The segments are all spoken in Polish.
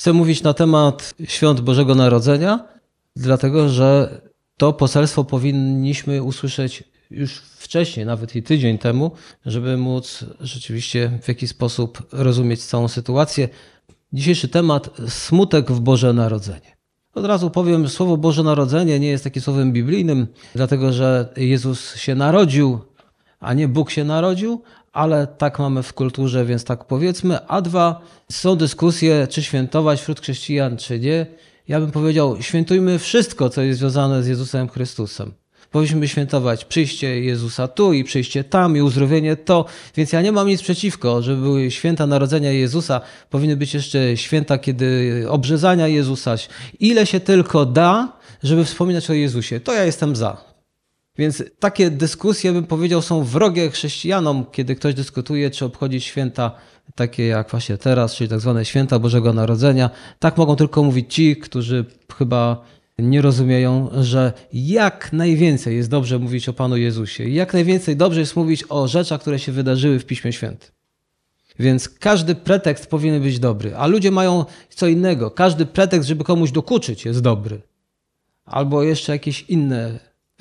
Chcę mówić na temat świąt Bożego Narodzenia, dlatego że to poselstwo powinniśmy usłyszeć już wcześniej, nawet i tydzień temu, żeby móc rzeczywiście w jakiś sposób rozumieć całą sytuację. Dzisiejszy temat: smutek w Boże Narodzenie. Od razu powiem, słowo Boże Narodzenie nie jest takim słowem biblijnym, dlatego że Jezus się narodził, a nie Bóg się narodził, ale tak mamy w kulturze, więc tak powiedzmy. A dwa, są dyskusje, czy świętować wśród chrześcijan, czy nie. Ja bym powiedział, świętujmy wszystko, co jest związane z Jezusem Chrystusem. Powinniśmy świętować przyjście Jezusa tu i przyjście tam i uzdrowienie to, więc ja nie mam nic przeciwko, żeby były święta narodzenia Jezusa. Powinny być jeszcze święta, kiedy obrzezania Jezusa. Ile się tylko da, żeby wspominać o Jezusie. To ja jestem za. Więc takie dyskusje, bym powiedział, są wrogie chrześcijanom, kiedy ktoś dyskutuje, czy obchodzić święta takie jak właśnie teraz, czyli tak zwane święta Bożego Narodzenia. Tak mogą tylko mówić ci, którzy chyba nie rozumieją, że jak najwięcej jest dobrze mówić o Panu Jezusie. Jak najwięcej dobrze jest mówić o rzeczach, które się wydarzyły w Piśmie Świętym. Więc każdy pretekst powinien być dobry. A ludzie mają co innego. Każdy pretekst, żeby komuś dokuczyć, jest dobry. Albo jeszcze jakieś inne.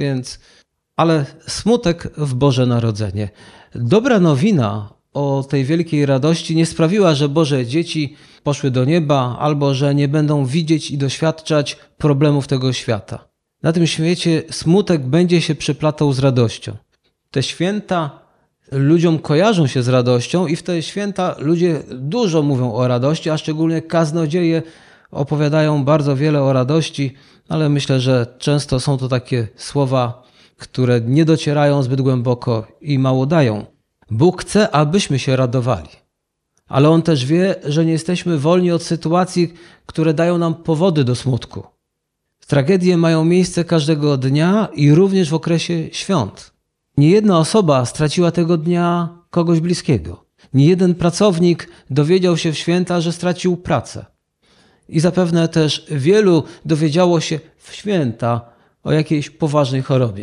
Ale smutek w Boże Narodzenie. Dobra nowina o tej wielkiej radości nie sprawiła, że Boże dzieci poszły do nieba albo że nie będą widzieć i doświadczać problemów tego świata. Na tym świecie smutek będzie się przeplatał z radością. Te święta ludziom kojarzą się z radością i w te święta ludzie dużo mówią o radości, a szczególnie kaznodzieje opowiadają bardzo wiele o radości, ale myślę, że często są to takie słowa, które nie docierają zbyt głęboko i mało dają. Bóg chce, abyśmy się radowali, ale On też wie, że nie jesteśmy wolni od sytuacji, które dają nam powody do smutku. Tragedie mają miejsce każdego dnia i również w okresie świąt. Niejedna osoba straciła tego dnia kogoś bliskiego. Niejeden pracownik dowiedział się w święta, że stracił pracę. I zapewne też wielu dowiedziało się w święta o jakiejś poważnej chorobie.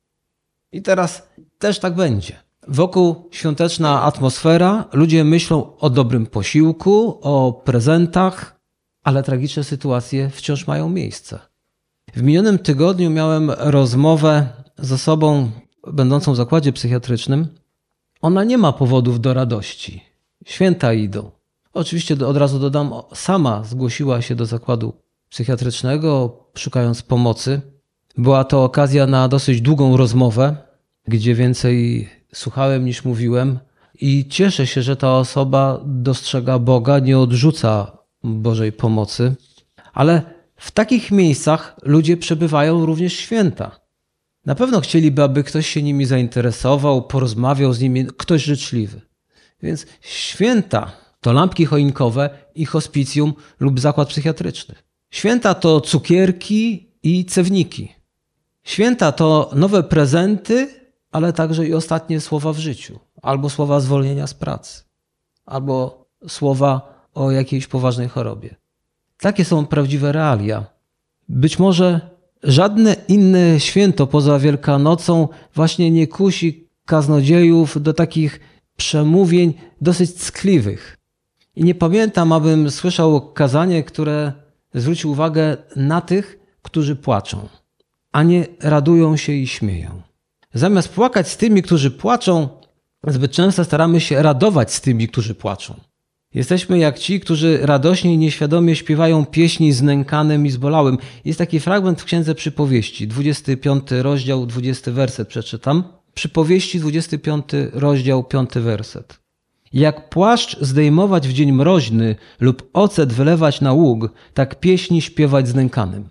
I teraz też tak będzie. Wokół świąteczna atmosfera, ludzie myślą o dobrym posiłku, o prezentach, ale tragiczne sytuacje wciąż mają miejsce. W minionym tygodniu miałem rozmowę z osobą będącą w zakładzie psychiatrycznym. Ona nie ma powodów do radości. Święta idą. Oczywiście od razu dodam, sama zgłosiła się do zakładu psychiatrycznego, szukając pomocy. Była to okazja na dosyć długą rozmowę, gdzie więcej słuchałem niż mówiłem i cieszę się, że ta osoba dostrzega Boga, nie odrzuca Bożej pomocy, ale w takich miejscach ludzie przebywają również święta. Na pewno chcieliby, aby ktoś się nimi zainteresował, porozmawiał z nimi, ktoś życzliwy. Więc święta to lampki choinkowe i hospicjum lub zakład psychiatryczny. Święta to cukierki i cewniki. Święta to nowe prezenty, ale także i ostatnie słowa w życiu. Albo słowa zwolnienia z pracy. Albo słowa o jakiejś poważnej chorobie. Takie są prawdziwe realia. Być może żadne inne święto poza Wielkanocą właśnie nie kusi kaznodziejów do takich przemówień dosyć ckliwych. I nie pamiętam, abym słyszał kazanie, które zwróci uwagę na tych, którzy płaczą, a nie radują się i śmieją. Zamiast płakać z tymi, którzy płaczą, zbyt często staramy się radować z tymi, którzy płaczą. Jesteśmy jak ci, którzy radośnie i nieświadomie śpiewają pieśni znękanym i zbolałym. Jest taki fragment w Księdze Przypowieści, 25 rozdział, 20 werset przeczytam. Przypowieści, 25 rozdział, 5 werset. Jak płaszcz zdejmować w dzień mroźny lub ocet wylewać na ług, tak pieśni śpiewać znękanym.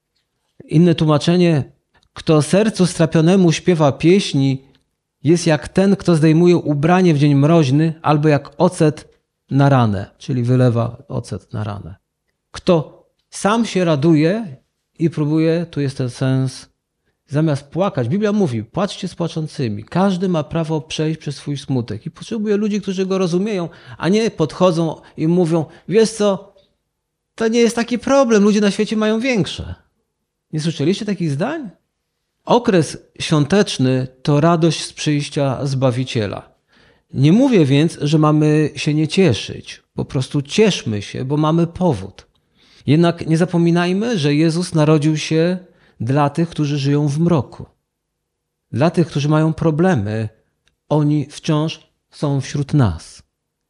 Inne tłumaczenie: kto sercu strapionemu śpiewa pieśni, jest jak ten, kto zdejmuje ubranie w dzień mroźny, albo jak ocet na ranę, czyli wylewa ocet na ranę. Kto sam się raduje i próbuje, tu jest ten sens, zamiast płakać. Biblia mówi, płaczcie z płaczącymi. Każdy ma prawo przejść przez swój smutek i potrzebuje ludzi, którzy go rozumieją, a nie podchodzą i mówią, wiesz co, to nie jest taki problem, ludzie na świecie mają większe. Nie słyszeliście takich zdań? Okres świąteczny to radość z przyjścia Zbawiciela. Nie mówię więc, że mamy się nie cieszyć. Po prostu cieszmy się, bo mamy powód. Jednak nie zapominajmy, że Jezus narodził się dla tych, którzy żyją w mroku. Dla tych, którzy mają problemy. Oni wciąż są wśród nas.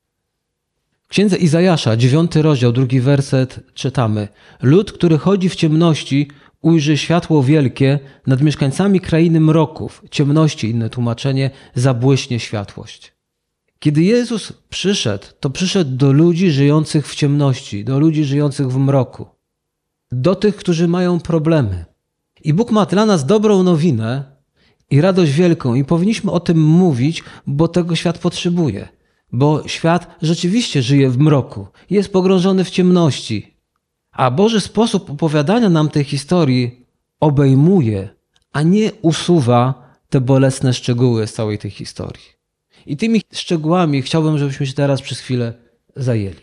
W księdze Izajasza, 9 rozdział, 2 werset czytamy: Lud, który chodzi w ciemności, ujrzy światło wielkie, nad mieszkańcami krainy mroków, ciemności, inne tłumaczenie, zabłyśnie światłość. Kiedy Jezus przyszedł, to przyszedł do ludzi żyjących w ciemności, do ludzi żyjących w mroku, do tych, którzy mają problemy. I Bóg ma dla nas dobrą nowinę i radość wielką i powinniśmy o tym mówić, bo tego świat potrzebuje. Bo świat rzeczywiście żyje w mroku, jest pogrążony w ciemności. A Boży sposób opowiadania nam tej historii obejmuje, a nie usuwa te bolesne szczegóły z całej tej historii. I tymi szczegółami chciałbym, żebyśmy się teraz przez chwilę zajęli.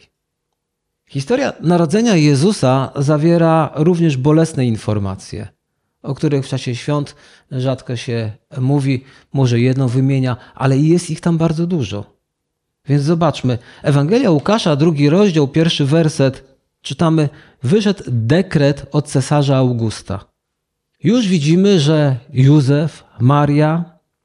Historia narodzenia Jezusa zawiera również bolesne informacje, o których w czasie świąt rzadko się mówi, może jedno wymienia, ale jest ich tam bardzo dużo. Więc zobaczmy, Ewangelia Łukasza, 2 rozdział, 1 werset, czytamy: wyszedł dekret od cesarza Augusta. Już widzimy, że Józef, Maria,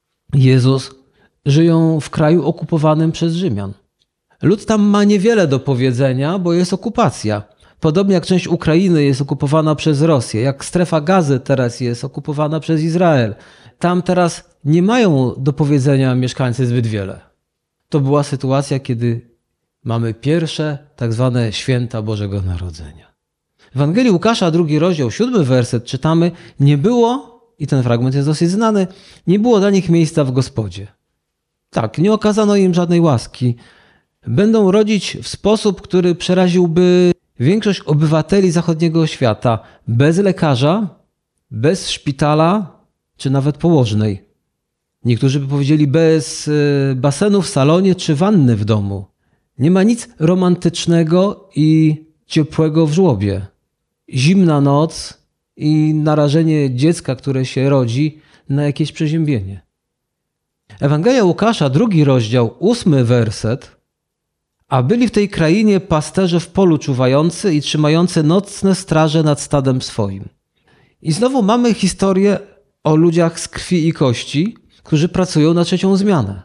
Jezus żyją w kraju okupowanym przez Rzymian. Lud tam ma niewiele do powiedzenia, bo jest okupacja. Podobnie jak część Ukrainy jest okupowana przez Rosję, jak strefa Gazy teraz jest okupowana przez Izrael. Tam teraz nie mają do powiedzenia mieszkańcy zbyt wiele. To była sytuacja, kiedy mamy pierwsze tak zwane święta Bożego Narodzenia. W Ewangelii Łukasza, 2 rozdział, 7 werset czytamy: nie było, i ten fragment jest dosyć znany, nie było dla nich miejsca w gospodzie. Tak, nie okazano im żadnej łaski. Będą rodzić w sposób, który przeraziłby większość obywateli zachodniego świata, bez lekarza, bez szpitala, czy nawet położnej. Niektórzy by powiedzieli bez basenu w salonie czy wanny w domu. Nie ma nic romantycznego i ciepłego w żłobie. Zimna noc i narażenie dziecka, które się rodzi, na jakieś przeziębienie. Ewangelia Łukasza, 2 rozdział, 8 werset. A byli w tej krainie pasterze w polu czuwający i trzymający nocne straże nad stadem swoim. I znowu mamy historię o ludziach z krwi i kości, którzy pracują na trzecią zmianę.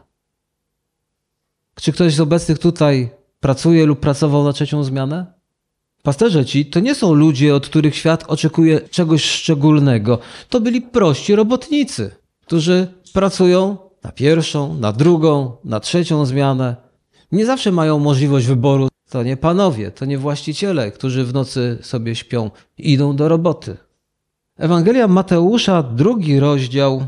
Czy ktoś z obecnych tutaj pracuje lub pracował na trzecią zmianę? Pasterze ci to nie są ludzie, od których świat oczekuje czegoś szczególnego. To byli prości robotnicy, którzy pracują na pierwszą, na drugą, na trzecią zmianę. Nie zawsze mają możliwość wyboru. To nie panowie, to nie właściciele, którzy w nocy sobie śpią, idą do roboty. Ewangelia Mateusza, 2 rozdział,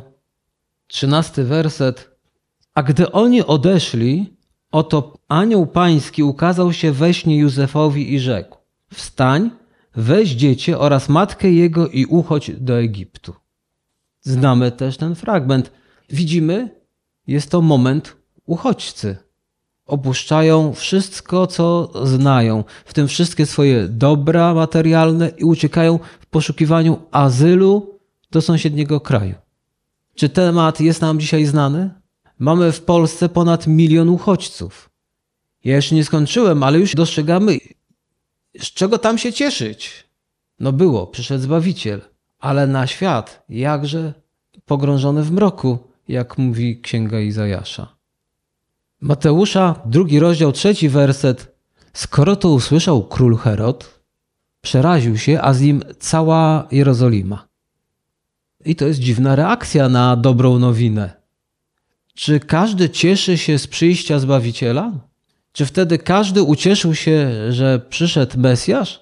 13 werset. A gdy oni odeszli, oto anioł pański ukazał się we śnie Józefowi i rzekł: wstań, weź dziecię oraz matkę jego i uchodź do Egiptu. Znamy też ten fragment. Widzimy, jest to moment uchodźcy. Opuszczają wszystko, co znają, w tym wszystkie swoje dobra materialne i uciekają w poszukiwaniu azylu do sąsiedniego kraju. Czy temat jest nam dzisiaj znany? Mamy w Polsce ponad 1 milion uchodźców. Ja jeszcze nie skończyłem, ale już dostrzegamy, z czego tam się cieszyć. Przyszedł Zbawiciel, ale na świat jakże pogrążony w mroku, jak mówi księga Izajasza. Mateusza, 2 rozdział, 3 werset. Skoro to usłyszał król Herod, przeraził się, a z nim cała Jerozolima. I to jest dziwna reakcja na dobrą nowinę. Czy każdy cieszy się z przyjścia Zbawiciela? Czy wtedy każdy ucieszył się, że przyszedł Mesjasz?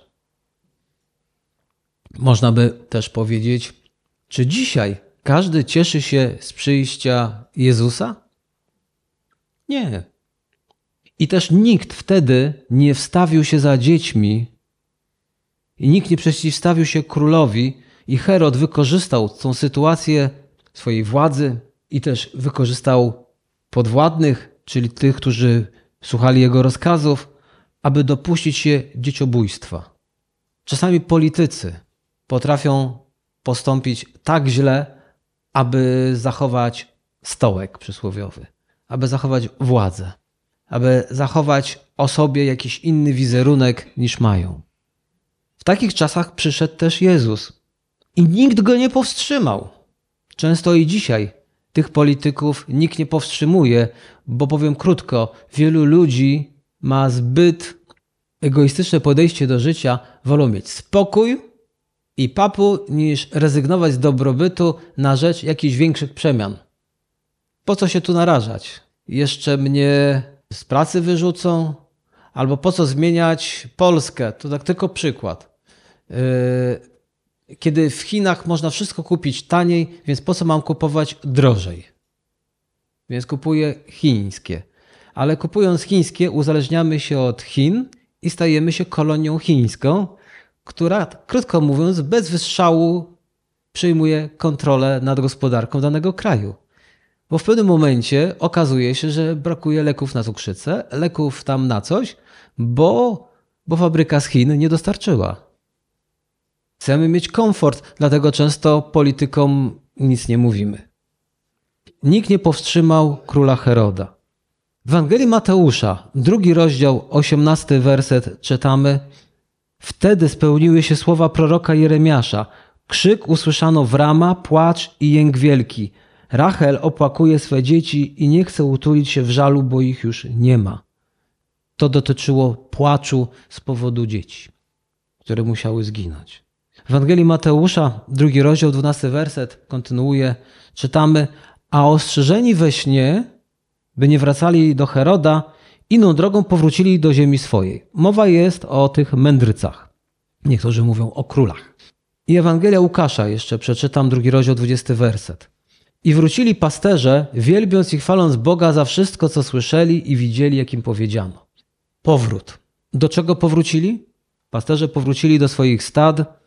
Można by też powiedzieć, czy dzisiaj każdy cieszy się z przyjścia Jezusa? Nie. I też nikt wtedy nie wstawił się za dziećmi i nikt nie przeciwstawił się królowi i Herod wykorzystał tą sytuację swojej władzy i też wykorzystał podwładnych, czyli tych, którzy słuchali jego rozkazów, aby dopuścić się dzieciobójstwa. Czasami politycy potrafią postąpić tak źle, aby zachować stołek przysłowiowy, aby zachować władzę. aby zachować o sobie jakiś inny wizerunek niż mają. W takich czasach przyszedł też Jezus i nikt go nie powstrzymał. Często i dzisiaj tych polityków nikt nie powstrzymuje, bo powiem krótko, wielu ludzi ma zbyt egoistyczne podejście do życia, wolą mieć spokój i papu niż rezygnować z dobrobytu na rzecz jakichś większych przemian. Po co się tu narażać? Jeszcze mnie z pracy wyrzucą? Albo po co zmieniać Polskę? To tak tylko przykład. Kiedy w Chinach można wszystko kupić taniej, więc po co mam kupować drożej? Więc kupuję chińskie. Ale kupując chińskie uzależniamy się od Chin i stajemy się kolonią chińską, która, krótko mówiąc, bez wystrzału przejmuje kontrolę nad gospodarką danego kraju. Bo w pewnym momencie okazuje się, że brakuje leków na cukrzycę, leków tam na coś, bo fabryka z Chin nie dostarczyła. Chcemy mieć komfort, dlatego często politykom nic nie mówimy. Nikt nie powstrzymał króla Heroda. W Ewangelii Mateusza, 2 rozdział, 18 werset czytamy: Wtedy spełniły się słowa proroka Jeremiasza. Krzyk usłyszano w Rama, płacz i jęk wielki. Rachel opłakuje swe dzieci i nie chce utulić się w żalu, bo ich już nie ma. To dotyczyło płaczu z powodu dzieci, które musiały zginąć. W Ewangelii Mateusza, 2 rozdział, 12 werset, kontynuuje, czytamy: A ostrzeżeni we śnie, by nie wracali do Heroda, inną drogą powrócili do ziemi swojej. Mowa jest o tych mędrcach. Niektórzy mówią o królach. I Ewangelia Łukasza, jeszcze przeczytam 2 rozdział, 20 werset. I wrócili pasterze, wielbiąc i chwaląc Boga za wszystko, co słyszeli i widzieli, jak im powiedziano. Powrót. Do czego powrócili? Pasterze powrócili do swoich stad,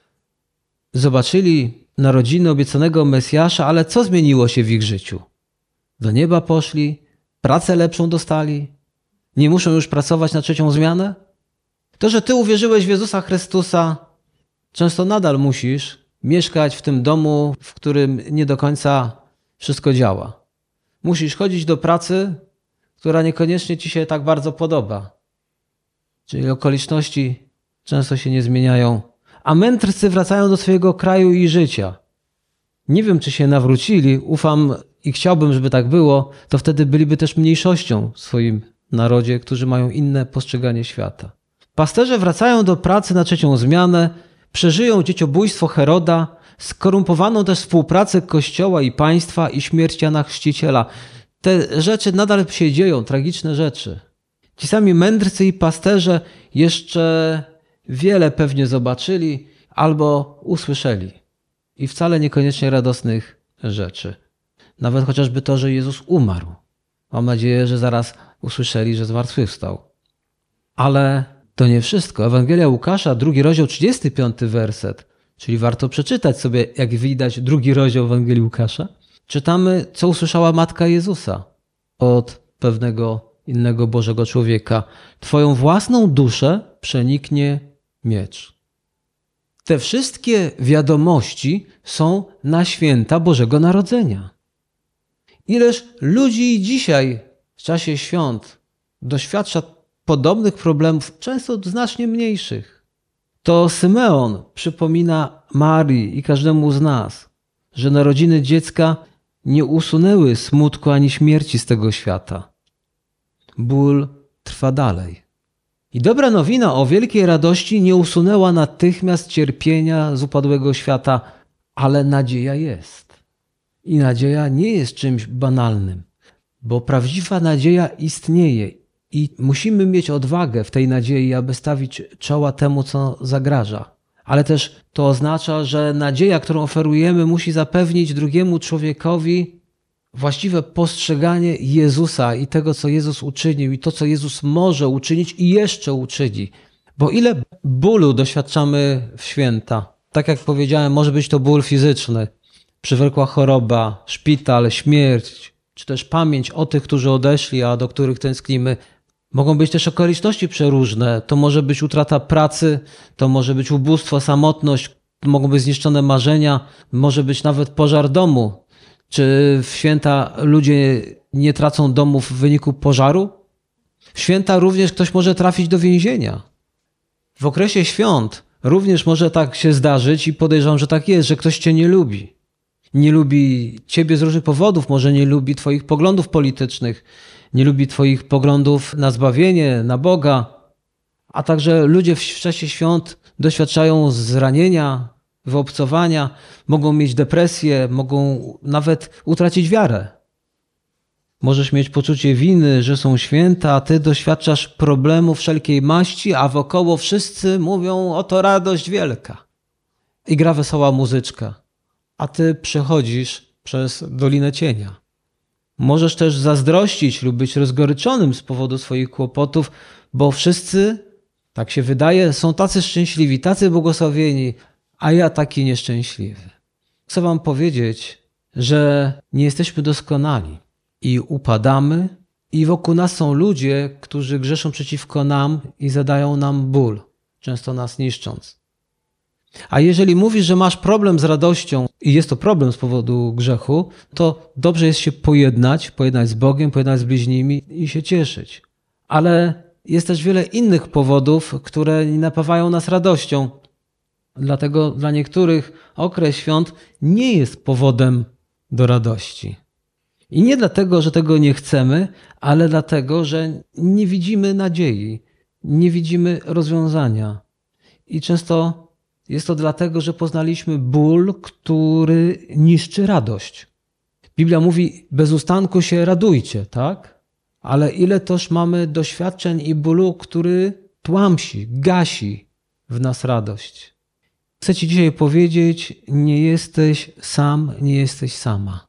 zobaczyli narodziny obiecanego Mesjasza, ale co zmieniło się w ich życiu? Do nieba poszli, pracę lepszą dostali, nie muszą już pracować na trzecią zmianę? To, że ty uwierzyłeś w Jezusa Chrystusa, często nadal musisz mieszkać w tym domu, w którym nie do końca wszystko działa. Musisz chodzić do pracy, która niekoniecznie ci się tak bardzo podoba. Czyli okoliczności często się nie zmieniają, a mędrcy wracają do swojego kraju i życia. Nie wiem, czy się nawrócili, ufam i chciałbym, żeby tak było, to wtedy byliby też mniejszością w swoim narodzie, którzy mają inne postrzeganie świata. Pasterze wracają do pracy na trzecią zmianę, przeżyją dzieciobójstwo Heroda, skorumpowaną też współpracę Kościoła i państwa i śmierć Jana Chrzciciela. Te rzeczy nadal się dzieją, tragiczne rzeczy. Ci sami mędrcy i pasterze jeszcze wiele pewnie zobaczyli albo usłyszeli. I wcale niekoniecznie radosnych rzeczy. Nawet chociażby to, że Jezus umarł. Mam nadzieję, że zaraz usłyszeli, że zmartwychwstał. Ale to nie wszystko. Ewangelia Łukasza, 2 rozdział, 35 werset, czyli warto przeczytać sobie, jak widać, 2 rozdział Ewangelii Łukasza. Czytamy, co usłyszała matka Jezusa od pewnego innego Bożego człowieka. Twoją własną duszę przeniknie miecz. Te wszystkie wiadomości są na święta Bożego Narodzenia. Ileż ludzi dzisiaj w czasie świąt doświadcza podobnych problemów, często znacznie mniejszych. To Symeon przypomina Marii i każdemu z nas, że narodziny dziecka nie usunęły smutku ani śmierci z tego świata. Ból trwa dalej. I dobra nowina o wielkiej radości nie usunęła natychmiast cierpienia z upadłego świata, ale nadzieja jest. I nadzieja nie jest czymś banalnym, bo prawdziwa nadzieja istnieje i musimy mieć odwagę w tej nadziei, aby stawić czoła temu, co zagraża. Ale też to oznacza, że nadzieja, którą oferujemy, musi zapewnić drugiemu człowiekowi właściwe postrzeganie Jezusa i tego, co Jezus uczynił i to, co Jezus może uczynić i jeszcze uczyni. Bo ile bólu doświadczamy w święta. Tak jak powiedziałem, może być to ból fizyczny, przewlekła choroba, szpital, śmierć, czy też pamięć o tych, którzy odeszli, a do których tęsknimy. Mogą być też okoliczności przeróżne. To może być utrata pracy, to może być ubóstwo, samotność, mogą być zniszczone marzenia, może być nawet pożar domu. Czy w święta ludzie nie tracą domów w wyniku pożaru? W święta również ktoś może trafić do więzienia. W okresie świąt również może tak się zdarzyć i podejrzewam, że tak jest, że ktoś cię nie lubi. Nie lubi ciebie z różnych powodów, może nie lubi twoich poglądów politycznych, nie lubi twoich poglądów na zbawienie, na Boga, a także ludzie w czasie świąt doświadczają zranienia, wyobcowania, mogą mieć depresję, mogą nawet utracić wiarę. Możesz mieć poczucie winy, że są święta, a ty doświadczasz problemów wszelkiej maści, a wokoło wszyscy mówią, oto radość wielka. I gra wesoła muzyczka, a ty przechodzisz przez dolinę cienia. Możesz też zazdrościć lub być rozgoryczonym z powodu swoich kłopotów, bo wszyscy, tak się wydaje, są tacy szczęśliwi, tacy błogosławieni, a ja taki nieszczęśliwy. Chcę wam powiedzieć, że nie jesteśmy doskonali i upadamy i wokół nas są ludzie, którzy grzeszą przeciwko nam i zadają nam ból, często nas niszcząc. A jeżeli mówisz, że masz problem z radością i jest to problem z powodu grzechu, to dobrze jest się pojednać z Bogiem, pojednać z bliźnimi i się cieszyć. Ale jest też wiele innych powodów, które nie napawają nas radością. Dlatego dla niektórych okres świąt nie jest powodem do radości. I nie dlatego, że tego nie chcemy, ale dlatego, że nie widzimy nadziei, nie widzimy rozwiązania. I często jest to dlatego, że poznaliśmy ból, który niszczy radość. Biblia mówi, bez ustanku się radujcie, tak? Ale ile toż mamy doświadczeń i bólu, który tłamsi, gasi w nas radość. Chcę ci dzisiaj powiedzieć, nie jesteś sam, nie jesteś sama.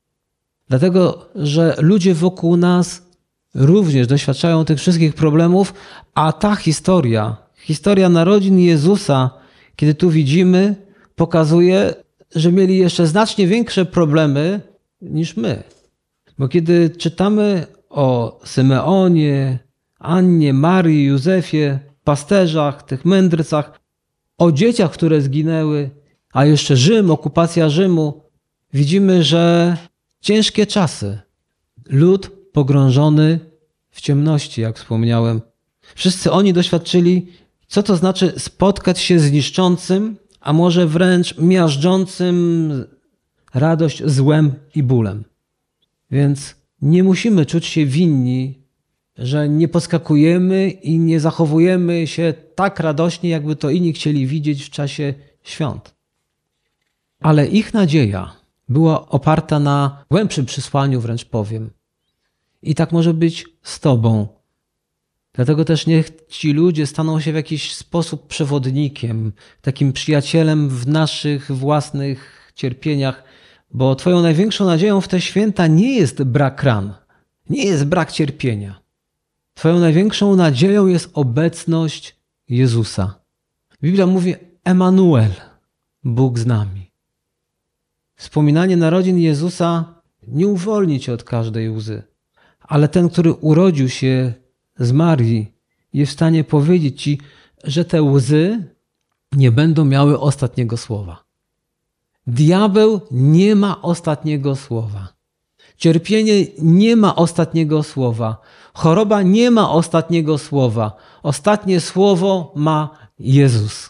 Dlatego, że ludzie wokół nas również doświadczają tych wszystkich problemów, a ta historia narodzin Jezusa, kiedy tu widzimy, pokazuje, że mieli jeszcze znacznie większe problemy niż my. Bo kiedy czytamy o Symeonie, Annie, Marii, Józefie, pasterzach, tych mędrcach, o dzieciach, które zginęły, a jeszcze Rzym, okupacja Rzymu, widzimy, że ciężkie czasy. Lud pogrążony w ciemności, jak wspomniałem. Wszyscy oni doświadczyli, co to znaczy spotkać się z niszczącym, a może wręcz miażdżącym radość złem i bólem. Więc nie musimy czuć się winni, że nie podskakujemy i nie zachowujemy się tak radośnie, jakby to inni chcieli widzieć w czasie świąt. Ale ich nadzieja była oparta na głębszym przesłaniu, wręcz powiem. I tak może być z tobą. Dlatego też niech ci ludzie staną się w jakiś sposób przewodnikiem, takim przyjacielem w naszych własnych cierpieniach, bo twoją największą nadzieją w te święta nie jest brak ran, nie jest brak cierpienia. Twoją największą nadzieją jest obecność Jezusa. Biblia mówi Emanuel, Bóg z nami. Wspominanie narodzin Jezusa nie uwolni cię od każdej łzy, ale ten, który urodził się z Marii, jest w stanie powiedzieć ci, że te łzy nie będą miały ostatniego słowa. Diabeł nie ma ostatniego słowa. Cierpienie nie ma ostatniego słowa. Choroba nie ma ostatniego słowa. Ostatnie słowo ma Jezus.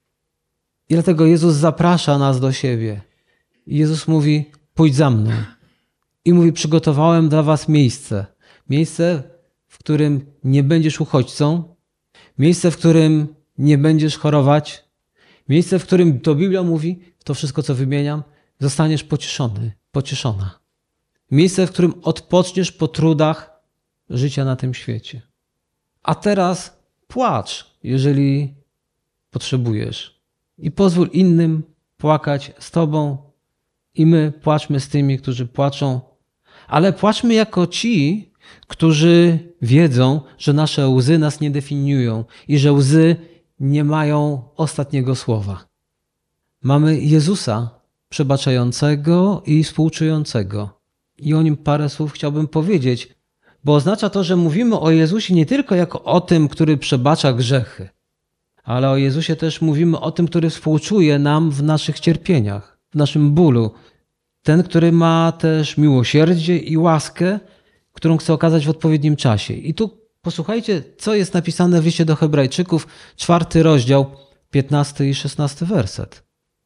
I dlatego Jezus zaprasza nas do siebie. I Jezus mówi, pójdź za mną. I mówi, przygotowałem dla was miejsce. Miejsce, w którym nie będziesz uchodźcą. Miejsce, w którym nie będziesz chorować. Miejsce, w którym, to Biblia mówi, to wszystko, co wymieniam, zostaniesz pocieszony, pocieszona. Miejsce, w którym odpoczniesz po trudach życia na tym świecie. A teraz płacz, jeżeli potrzebujesz. I pozwól innym płakać z tobą. I my płaczmy z tymi, którzy płaczą. Ale płaczmy jako ci, którzy wiedzą, że nasze łzy nas nie definiują i że łzy nie mają ostatniego słowa. Mamy Jezusa przebaczającego i współczującego. I o nim parę słów chciałbym powiedzieć, bo oznacza to, że mówimy o Jezusie nie tylko jako o tym, który przebacza grzechy, ale o Jezusie też mówimy o tym, który współczuje nam w naszych cierpieniach, w naszym bólu. Ten, który ma też miłosierdzie i łaskę, którą chce okazać w odpowiednim czasie. I tu Posłuchajcie, co jest napisane w liście do Hebrajczyków, 4 rozdział, 15 i 16 werset.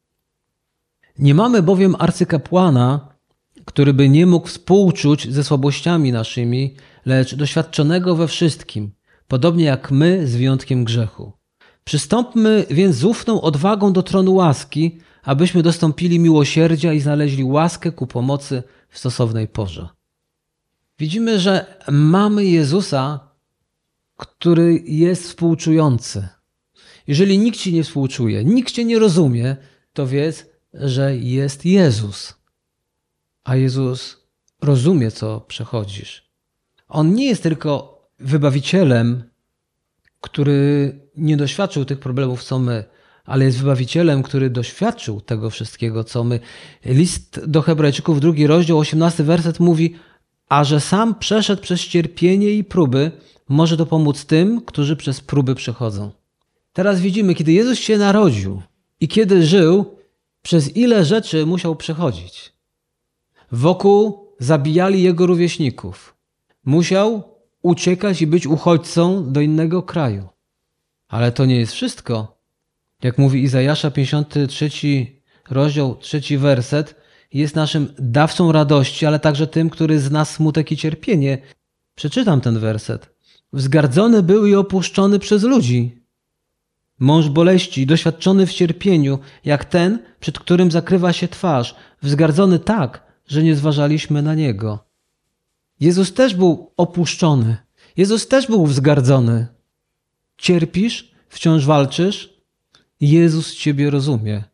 Nie mamy bowiem arcykapłana, który by nie mógł współczuć ze słabościami naszymi, lecz doświadczonego we wszystkim, podobnie jak my, z wyjątkiem grzechu. Przystąpmy więc z ufną odwagą do tronu łaski, abyśmy dostąpili miłosierdzia i znaleźli łaskę ku pomocy w stosownej porze. Widzimy, że mamy Jezusa, który jest współczujący. Jeżeli nikt ci nie współczuje, nikt cię nie rozumie, to wiedz, że jest Jezus. A Jezus rozumie, co przechodzisz. On nie jest tylko wybawicielem, który nie doświadczył tych problemów, co my, ale jest wybawicielem, który doświadczył tego wszystkiego, co my. List do Hebrajczyków, 2 rozdział, 18 werset mówi: a że sam przeszedł przez cierpienie i próby, może to pomóc tym, którzy przez próby przechodzą. Teraz widzimy, kiedy Jezus się narodził i kiedy żył, przez ile rzeczy musiał przechodzić. Wokół zabijali jego rówieśników. Musiał uciekać i być uchodźcą do innego kraju. Ale to nie jest wszystko. Jak mówi Izajasza, 53 rozdział, 3 werset, jest naszym dawcą radości, ale także tym, który zna smutek i cierpienie. Przeczytam ten werset. Wzgardzony był i opuszczony przez ludzi. Mąż boleści, doświadczony w cierpieniu, jak ten, przed którym zakrywa się twarz. Wzgardzony tak, że nie zważaliśmy na niego. Jezus też był opuszczony. Jezus też był wzgardzony. Cierpisz, wciąż walczysz. Jezus ciebie rozumie.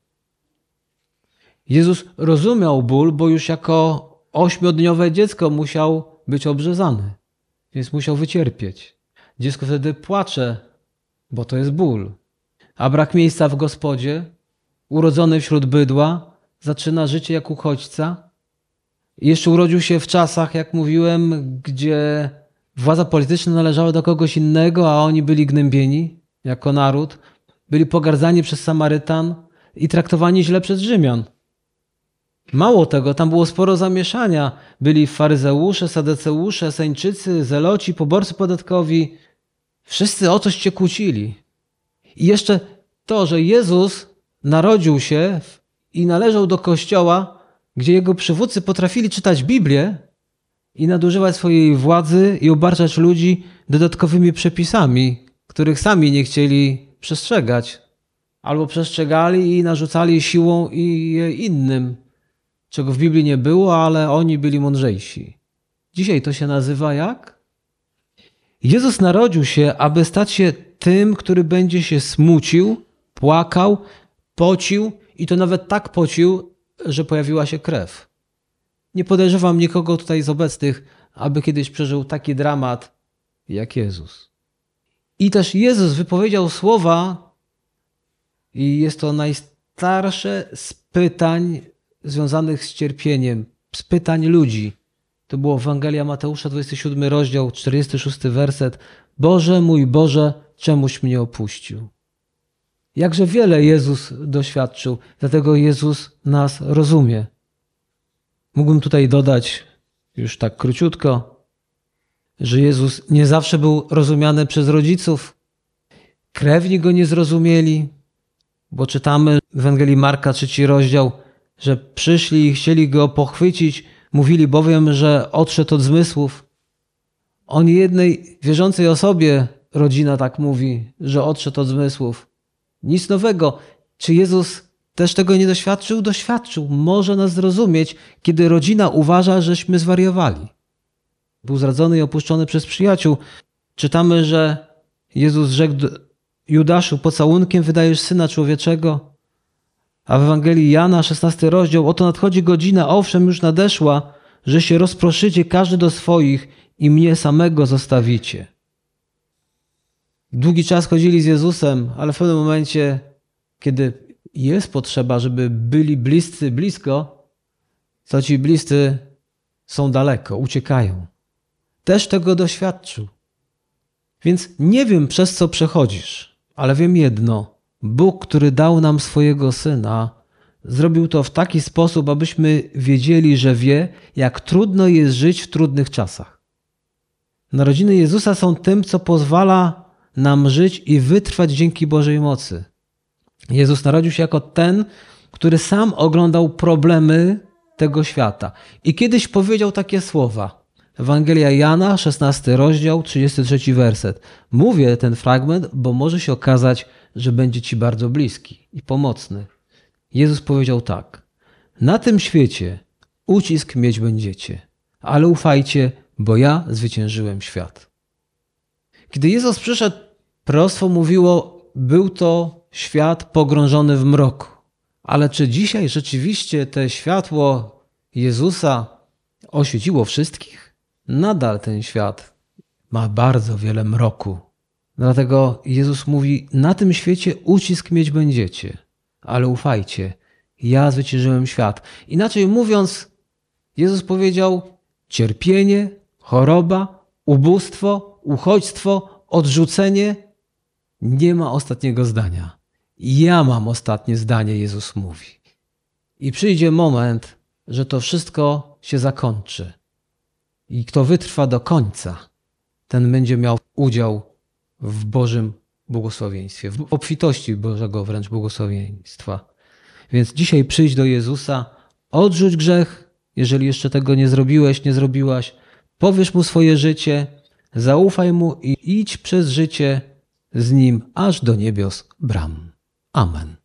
Jezus rozumiał ból, bo już jako 8-dniowe dziecko musiał być obrzezany. Więc musiał wycierpieć. Dziecko wtedy płacze, bo to jest ból. A brak miejsca w gospodzie, urodzony wśród bydła, zaczyna życie jak uchodźca. I jeszcze urodził się w czasach, jak mówiłem, gdzie władza polityczna należała do kogoś innego, a oni byli gnębieni jako naród. Byli pogardzani przez Samarytan i traktowani źle przez Rzymian. Mało tego, tam było sporo zamieszania. Byli faryzeusze, sadeceusze, seńczycy, zeloci, poborcy podatkowi. Wszyscy o coś się kłócili. I jeszcze to, że Jezus narodził się i należał do kościoła, gdzie jego przywódcy potrafili czytać Biblię i nadużywać swojej władzy i obarczać ludzi dodatkowymi przepisami, których sami nie chcieli przestrzegać. Albo przestrzegali i narzucali siłą i innym, czego w Biblii nie było, ale oni byli mądrzejsi. Dzisiaj to się nazywa jak? Jezus narodził się, aby stać się tym, który będzie się smucił, płakał, pocił i to nawet tak pocił, że pojawiła się krew. Nie podejrzewam nikogo tutaj z obecnych, aby kiedyś przeżył taki dramat jak Jezus. I też Jezus wypowiedział słowa i jest to najstarsze z pytań związanych z cierpieniem, z pytań ludzi. To było Ewangelia Mateusza, 27 rozdział, 46 werset. Boże mój Boże, czemuś mnie opuścił? Jakże wiele Jezus doświadczył, dlatego Jezus nas rozumie. Mógłbym tutaj dodać, już tak króciutko, że Jezus nie zawsze był rozumiany przez rodziców. Krewni go nie zrozumieli, bo czytamy w Ewangelii Marka, 3 rozdział, że przyszli i chcieli go pochwycić, mówili bowiem, że odszedł od zmysłów. O niejednej wierzącej osobie rodzina tak mówi, że odszedł od zmysłów. Nic nowego. Czy Jezus też tego nie doświadczył? Doświadczył. Może nas zrozumieć, kiedy rodzina uważa, żeśmy zwariowali. Był zdradzony i opuszczony przez przyjaciół. Czytamy, że Jezus rzekł Judaszu, pocałunkiem wydajesz Syna Człowieczego. A w Ewangelii Jana, 16 rozdział, oto nadchodzi godzina, owszem już nadeszła, że się rozproszycie każdy do swoich i mnie samego zostawicie. Długi czas chodzili z Jezusem, ale w pewnym momencie, kiedy jest potrzeba, żeby byli bliscy blisko, to ci bliscy są daleko, uciekają. Też tego doświadczył. Więc nie wiem, przez co przechodzisz, ale wiem jedno. Bóg, który dał nam swojego Syna, zrobił to w taki sposób, abyśmy wiedzieli, że wie, jak trudno jest żyć w trudnych czasach. Narodziny Jezusa są tym, co pozwala nam żyć i wytrwać dzięki Bożej mocy. Jezus narodził się jako ten, który sam oglądał problemy tego świata. I kiedyś powiedział takie słowa. Ewangelia Jana, 16 rozdział, 33 werset. Mówię ten fragment, bo może się okazać, że będzie ci bardzo bliski i pomocny. Jezus powiedział tak. Na tym świecie ucisk mieć będziecie, ale ufajcie, bo ja zwyciężyłem świat. Kiedy Jezus przyszedł, proroctwo mówiło, był to świat pogrążony w mroku. Ale czy dzisiaj rzeczywiście to światło Jezusa oświeciło wszystkich? Nadal ten świat ma bardzo wiele mroku. Dlatego Jezus mówi, na tym świecie ucisk mieć będziecie, ale ufajcie, ja zwyciężyłem świat. Inaczej mówiąc, Jezus powiedział, cierpienie, choroba, ubóstwo, uchodźstwo, odrzucenie, nie ma ostatniego zdania. Ja mam ostatnie zdanie, Jezus mówi. I przyjdzie moment, że to wszystko się zakończy. I kto wytrwa do końca, ten będzie miał udział w Bożym błogosławieństwie, w obfitości Bożego wręcz błogosławieństwa. Więc dzisiaj przyjdź do Jezusa, odrzuć grzech, jeżeli jeszcze tego nie zrobiłeś, nie zrobiłaś, powierz Mu swoje życie, zaufaj Mu i idź przez życie z Nim aż do niebios bram. Amen.